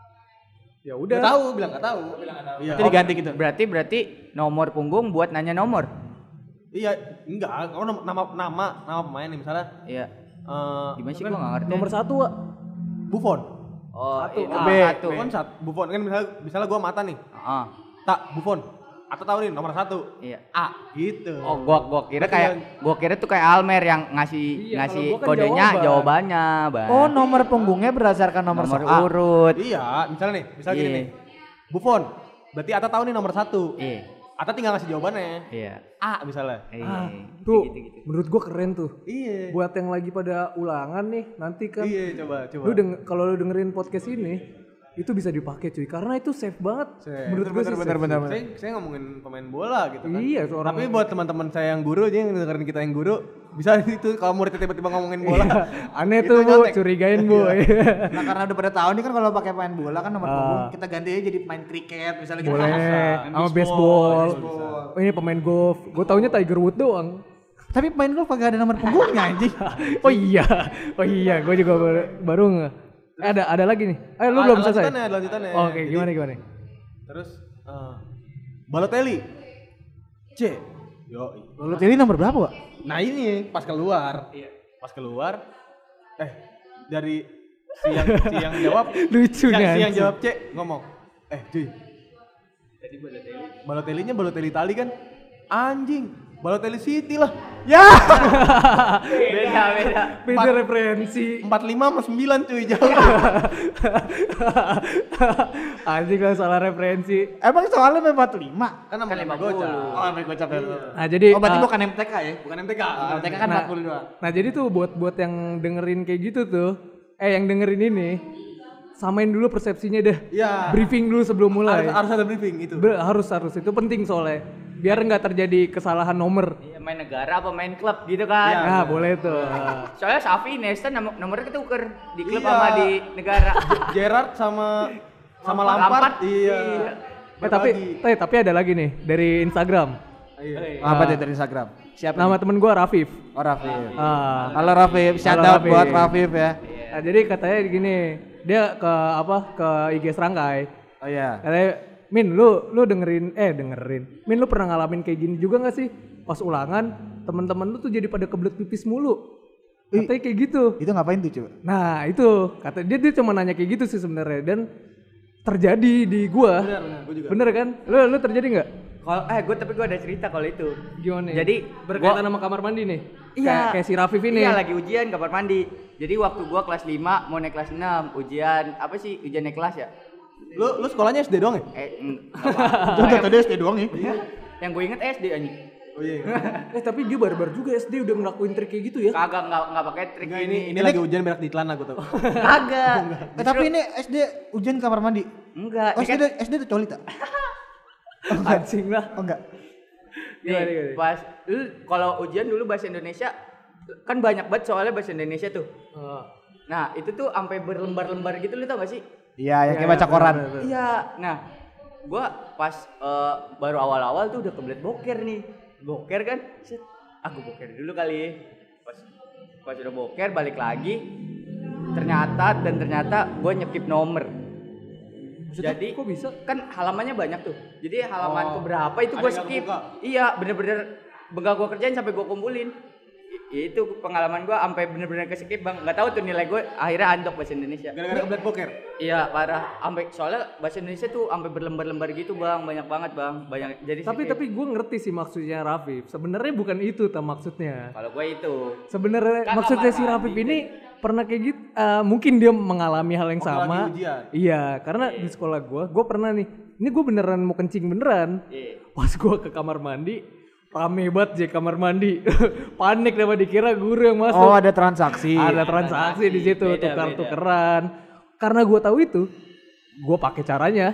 Ya Udah udah. tahu, bilang enggak tahu. Iya. Jadi diganti gitu. Berarti nomor punggung buat nanya nomor. Iya, enggak. Kalau nama pemain nih misalnya Iya. Gimana sih kan gua enggak ngerti. Nomor 1 Wak. Buffon. Oh, Satu. itu B. satu. Buffon kan misalnya gua Mata nih. Heeh. Tak Buffon. Atau tahu nih nomor 1. Iya. A gitu. Oh, gua kira tuh kayak Almer yang ngasih Iya, kalau gua kan kodenya jawaban. jawabannya, Bang. Oh, nomor punggungnya berdasarkan nomor soal. urut. Iya, misalnya gini Iya. nih. Buffon. Berarti Ata tahu nih nomor 1. Iya. Ata tinggal ngasih jawabannya. Iya. A misalnya. Ah, Iya. tuh Gitu. menurut gua keren tuh. Iya. Buat yang lagi pada ulangan nih nanti kan. Iya, coba. Kalau lu dengerin podcast ini itu bisa dipakai cuy karena itu safe banget. Safe. Menurut gua sih safe. Bener. Saya ngomongin pemain bola gitu kan. Iya, itu orang. Tapi buat teman-teman saya yang guru aja yang dengerin kita yang guru, bisa itu kalau muridnya tiba-tiba ngomongin bola. Aneh itu tuh Bu, nyontek. curigain Bu. Nah karena udah pada tahu nih kan kalau pakai pemain bola kan nomor punggung kita ganti aja jadi pemain kriket misalnya gitu. Boleh. Sama baseball. Oh, ini pemain golf. Gue taunya Tiger Woods doang. Tapi pemain golf kagak ada nomor punggungnya anjing. Oh iya, gue juga baru nge. Ada lagi nih. Lu belum selesai. Lanjutannya. Oke, Jadi, gimana? Terus Balotelli. C. Balotelli nomor berapa, Pak? Nah ini pas keluar. Pas keluar dari si yang jawab Lucu si yang nih. jawab C ngomong. Cuy. Tadi Balotellinya Balotelli Itali kan? Anjing. Balotelli City lah. Ya. Beda. Beda referensi. 45 sama 9 cuy jauh. Anjing kalau salah referensi. Emang soalnya memang 45. Kan nama Kan 50. gocap. Oh, sampai gocap ya. Nah, jadi Oh, berarti bukan MTK ya? Bukan MTK. MTK kan 40 doang. Nah, jadi tuh buat yang dengerin kayak gitu tuh, yang dengerin ini samain dulu persepsinya deh. Iya. Briefing dulu sebelum mulai. Harus ada briefing itu. Harus itu penting soalnya. Biar nggak terjadi kesalahan nomor. Iya, main negara apa main klub gitu kan. Iya. Nah, boleh tuh. Soalnya Xavi Iniesta nomornya ketuker di klub Iya. sama di negara. Gerrard sama Lampard. Lampard. Iya. Tapi ada lagi nih dari Instagram. Iya. Apa tuh dari Instagram? Siapa? Nama temen gua Rafif. Oh, Rafif. Ah. Halo Rafif, shout Halo, out buat Rafif. Rafif ya. Nah, jadi katanya gini, dia ke IG Serangkai. Oh iya. Katanya, Min, lu dengerin. Min, lu pernah ngalamin kayak gini juga gak sih? Pas ulangan, temen-temen lu tuh jadi pada kebelet pipis mulu. Katanya kayak gitu. Itu ngapain tuh coba? Nah, itu kata dia cuma nanya kayak gitu sih sebenarnya dan terjadi di gua. Benar, gua juga. Bener kan? Lu terjadi nggak? Tapi gue ada cerita kalau itu. Gimana? Jadi berkaitan sama kamar mandi nih. Iya. Kayak si Rafif ini. Iya, lagi ujian kamar mandi. Jadi waktu gua kelas 5 mau naik kelas 6, ujian apa sih? Ujian naik kelas ya? Lu sekolahnya SD doang ya? Udah tadi SD doang ya. Yang gue inget SD anjing. Oh iya. Tapi dia barbar juga SD udah ngelakuin trik kayak gitu ya. Kagak enggak pakai trik Enggak, ini lagi hujan berak di celana gua tau. Kagak. Tapi ini SD ujian kamar mandi. Enggak. Oh, Ini kan SD tuh coli tak? Anjing lah. Oh enggak. Gimana, Nih, gimana? pas lu kalau ujian dulu bahasa Indonesia kan banyak banget soalnya bahasa Indonesia tuh. Oh. Nah, itu tuh sampai berlembar-lembar gitu, lu tau gak sih? Iya, yang Iya, kayak baca iya, koran. bener. Iya. Nah, gua pas baru awal-awal tuh udah kebelet boker nih. Boker kan? Set. Aku boker dulu kali. Pas udah boker balik lagi. Ternyata gue nyekip nomor. Maksudnya, Jadi kok bisa? kan halamannya banyak tuh. Jadi halaman keberapa itu gue ada yang skip. kebuka. Iya, bener-bener enggak gue kerjain sampai gue kumpulin. Itu pengalaman gue sampai bener-bener ke skip bang. Nggak tahu tuh nilai gue akhirnya anjlok bahasa Indonesia. Gara-gara kebelet boker. Iya parah. Sampai soalnya bahasa Indonesia tuh sampai berlembar-lembar gitu bang. Banyak banget bang. Banyak. Jadi Tapi gue ngerti sih maksudnya Rafif. Sebenarnya bukan itu maksudnya. kalau gue itu. Sebenarnya Kan maksudnya kamar si Rafif mandi. ini pernah kayak gitu. Mungkin dia mengalami hal yang Waktu sama. lagi ujian. Iya, karena di sekolah gue pernah nih. Ini gue beneran mau kencing beneran. Iya. Pas gue ke kamar mandi, rame banget kamar mandi. Panik dapat dikira guru yang masuk. Oh, ada transaksi. Ada transaksi di situ, Beda, tukar-tukeran. Karena gue tahu itu, gue pakai caranya.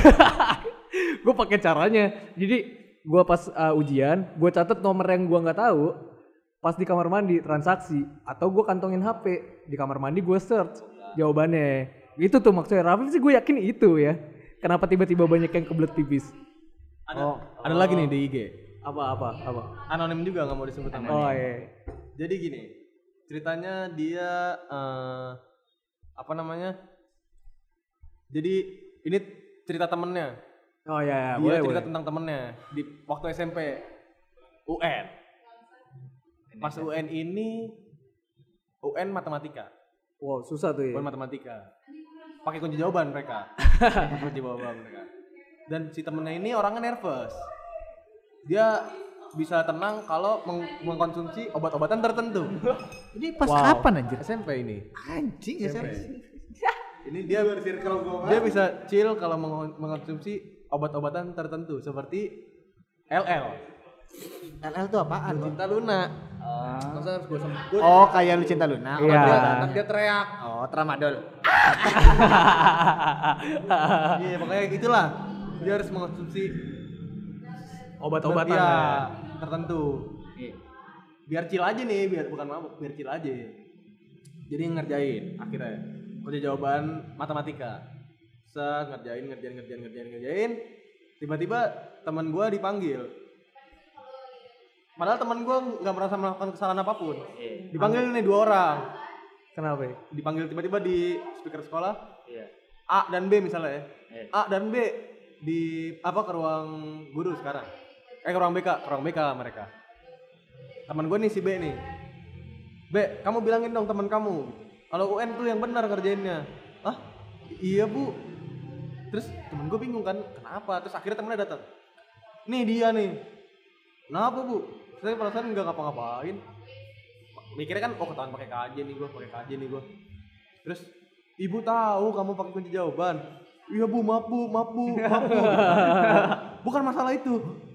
Gue pakai caranya. Jadi gue pas ujian, gue catat nomor yang gue nggak tahu. Pas di kamar mandi transaksi, atau gue kantongin HP di kamar mandi, gue search jawabannya. Itu tuh maksudnya Rafif sih, gue yakin itu ya. Kenapa tiba-tiba banyak yang kebelet pipis? Ada lagi nih di IG. Apa? Anonim juga nggak mau disebut namanya. Oh iya. Jadi gini, ceritanya dia apa namanya? Jadi ini cerita temennya. Oh iya, Dia boleh, cerita boleh. tentang temennya di waktu SMP UN. Pas UN ini UN matematika. Wow, susah tuh ya. UN matematika. Pakai kunci jawaban mereka. Kunci jawaban mereka. Dan si temennya ini orangnya nervous. Dia bisa tenang kalau mengkonsumsi obat-obatan tertentu. Ini pas Wow. kapan anjir? SMP ini. Anjing ya SMP. Ini dia bisa chill kalau mengkonsumsi obat-obatan tertentu seperti LL. LL tuh apaan? Cinta Luna. Masa harus gue sebut? Oh, kayak lu cinta Luna. Iya. Dia teriak. Oh, tramadol. Iya, makanya itulah. Dia harus mengkonsumsi Obat-obatan ya, ya. tertentu. Biar chill aja nih, bukan mabuk, biar chill aja. Jadi ngerjain akhirnya. Kunci jawaban matematika. Ngerjain. Tiba-tiba teman gue dipanggil. Padahal teman gue nggak merasa melakukan kesalahan apapun. Dipanggil nih 2 orang. Kenapa ya? Dipanggil tiba-tiba di speaker sekolah. Iya. A dan B misalnya ya. Iya. A dan B di ke ruang guru sekarang. Ke ruang BK mereka. Teman gue nih si B nih. B, kamu bilangin dong teman kamu. Kalau UN tuh yang benar ngerjainnya. Ah, iya bu. Terus temen gue bingung kan, kenapa? Terus akhirnya temennya datang. Nih dia nih. Kenapa bu? Saya perasaan nggak ngapa-ngapain. Mikirnya kan, oh ketahuan pakai KJ nih gue. Terus ibu tahu kamu pakai kunci jawaban. Iya bu, maaf bu. Bukan masalah itu.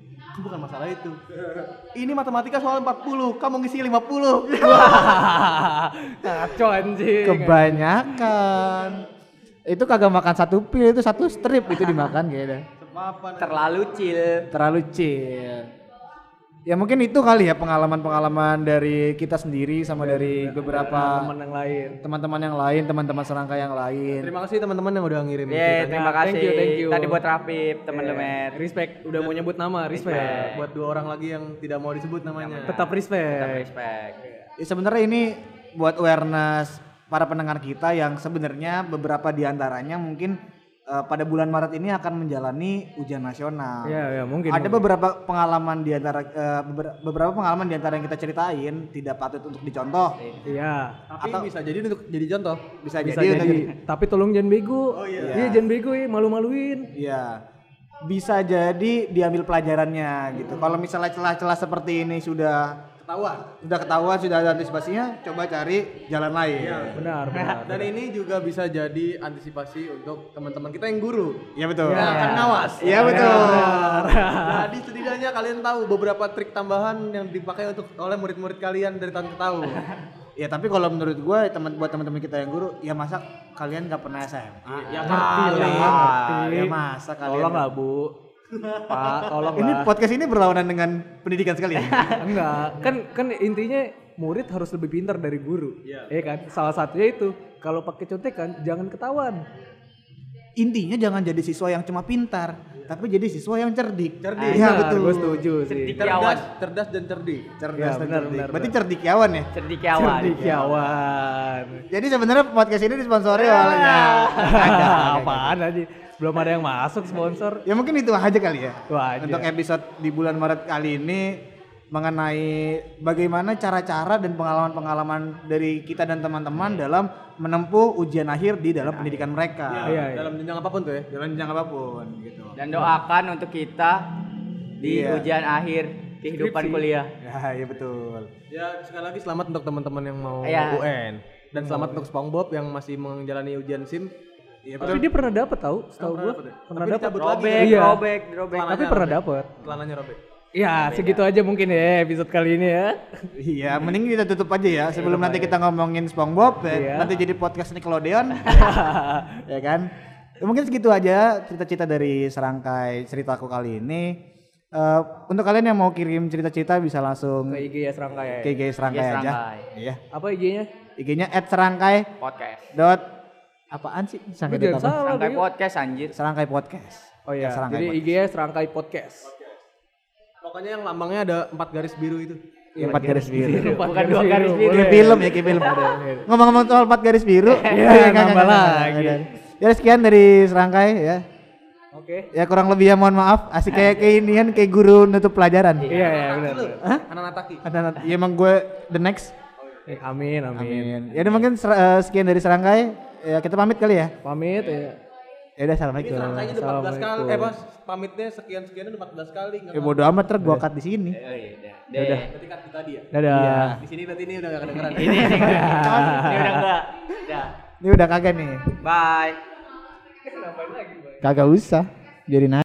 Ini matematika soal 40, kamu ngisi 50. Kacau anjing. Kebanyakan. Itu kagak makan 1 pil, itu 1 strip itu dimakan kayaknya. Sepapan. Terlalu chill. Terlalu chill. Ya mungkin itu kali ya pengalaman-pengalaman dari kita sendiri sama dari beberapa teman yang lain. teman-teman serangka yang lain. Terima kasih teman-teman yang udah ngirim Iya, ceritanya. terima kasih. Thank you. Tadi buat Rafif, teman Iya. Lemer. Respect, udah mau nyebut nama, respect. Buat 2 orang lagi yang tidak mau disebut namanya. Tetap respect. Respect. Ya, sebenarnya ini buat awareness para pendengar kita yang sebenarnya beberapa diantaranya mungkin pada bulan Maret ini akan menjalani ujian nasional. Iya, mungkin. Ada beberapa pengalaman di antara beberapa pengalaman di antara yang kita ceritain tidak patut untuk dicontoh. Iya. Tapi bisa jadi untuk jadi contoh. Bisa Bisa jadi jadi. Tapi tolong jangan bego. Oh, iya. Iya, jangan bego ya, malu-maluin. Iya. Bisa jadi diambil pelajarannya gitu. Kalau misalnya celah-celah seperti ini sudah ketahuan, sudah ada antisipasinya, coba cari jalan lain. Benar. Dan ini juga bisa jadi antisipasi untuk teman-teman kita yang guru. Iya betul. Yang akan ngawas. Iya betul. Jadi setidaknya kalian tahu beberapa trik tambahan yang dipakai oleh murid-murid kalian dari tahun ke tahun. Ya tapi kalau menurut gue buat teman-teman kita yang guru, ya masa kalian nggak pernah SMA? Ya Ngerti lah, ngerti. Ya masa kalian Tolong lah, Bu. Pak, tolong Ini lah. podcast ini berlawanan dengan pendidikan sekali ya. Enggak, kan intinya murid harus lebih pintar dari guru. Iya kan? Salah satunya itu kalau pakai contekan jangan ketahuan. Intinya jangan jadi siswa yang cuma pintar, tapi jadi siswa yang cerdik. Cerdik. Iya Benar, betul. gue setuju sih. Cerdas dan cerdik. Cerdas Ya, dan benar, cerdik. benar, Berarti benar. cerdikiawan ya. Cerdikiawan. Cendekiawan. Jadi sebenarnya podcast ini disponsori oleh Apaan aja? Belum ada yang masuk sponsor. Ya mungkin itu aja kali ya. Itu aja. Untuk episode di bulan Maret kali ini mengenai bagaimana cara-cara dan pengalaman-pengalaman dari kita dan teman-teman dalam menempuh ujian akhir di dalam pendidikan mereka. Iya. Dalam jenjang apapun tuh ya. Dalam jenjang apapun gitu. Dan doakan untuk kita di Iya. ujian akhir kehidupan Skripsi. kuliah. Ya, iya betul. Ya sekali lagi selamat untuk teman-teman yang mau Iya. UN. Dan selamat untuk SpongeBob yang masih menjalani ujian SIM. Iya Tapi dia pernah dapat tahu, setahu pernah gue. dapet ya? Pernah Tapi dapat. dicabut lagi. Robek, Iya. robek. Celananya Tapi pernah robek. dapat. Celananya robek. Ya, segitu aja mungkin ya episode kali ini ya. Iya, mending kita tutup aja ya sebelum nanti kita ngomongin SpongeBob ya, Iya. nanti jadi podcast Nickelodeon. Ya kan? Ya, mungkin segitu aja cerita-cerita dari serangkai ceritaku kali ini. Untuk kalian yang mau kirim cerita-cerita bisa langsung Ke IG ya serangkai ya. ke IG serangkai IG aja. Serangkai. Iya. Apa IG-nya? IG-nya @serangkai. Podcast. Apaan sih? Lu Serangkai jangan apa? salah. Serangkai Bego. podcast anjir. Serangkai podcast. Oh iya, Serangkai jadi podcast. IG-nya serangkai podcast. Pokoknya yang lambangnya ada 4 garis biru itu. Iya, 4 garis biru. Bukan 2 garis biru. Kayak film ya, kayak film. Ngomong-ngomong soal 4 garis biru. Iya, nggak, nambah nggak, lagi. nggak. Ya sekian dari serangkai ya. Oke. Ya kurang lebih ya mohon maaf. Asik kayak inian kayak guru nutup pelajaran. Iya, iya benar. Hah? Anak Taki. Ya emang gue the next. Amin, amin. Amin. Ya udah mungkin sekian dari serangkai. Ya kita pamit kali ya. Pamit ya. Ya udah assalamualaikum. Serangkainya udah 14 kali. Assalamualaikum. Pas pamitnya sekian-sekian udah 14 kali. Ya bodo amat ter gua cut di sini. Oh iya, udah. Udah. Berarti kan tadi ya. Dadah. Di sini berarti ini udah gak kedengeran. Ini udah enggak. Udah. Ini udah kagak nih. Bye. Kagak usah. Jadi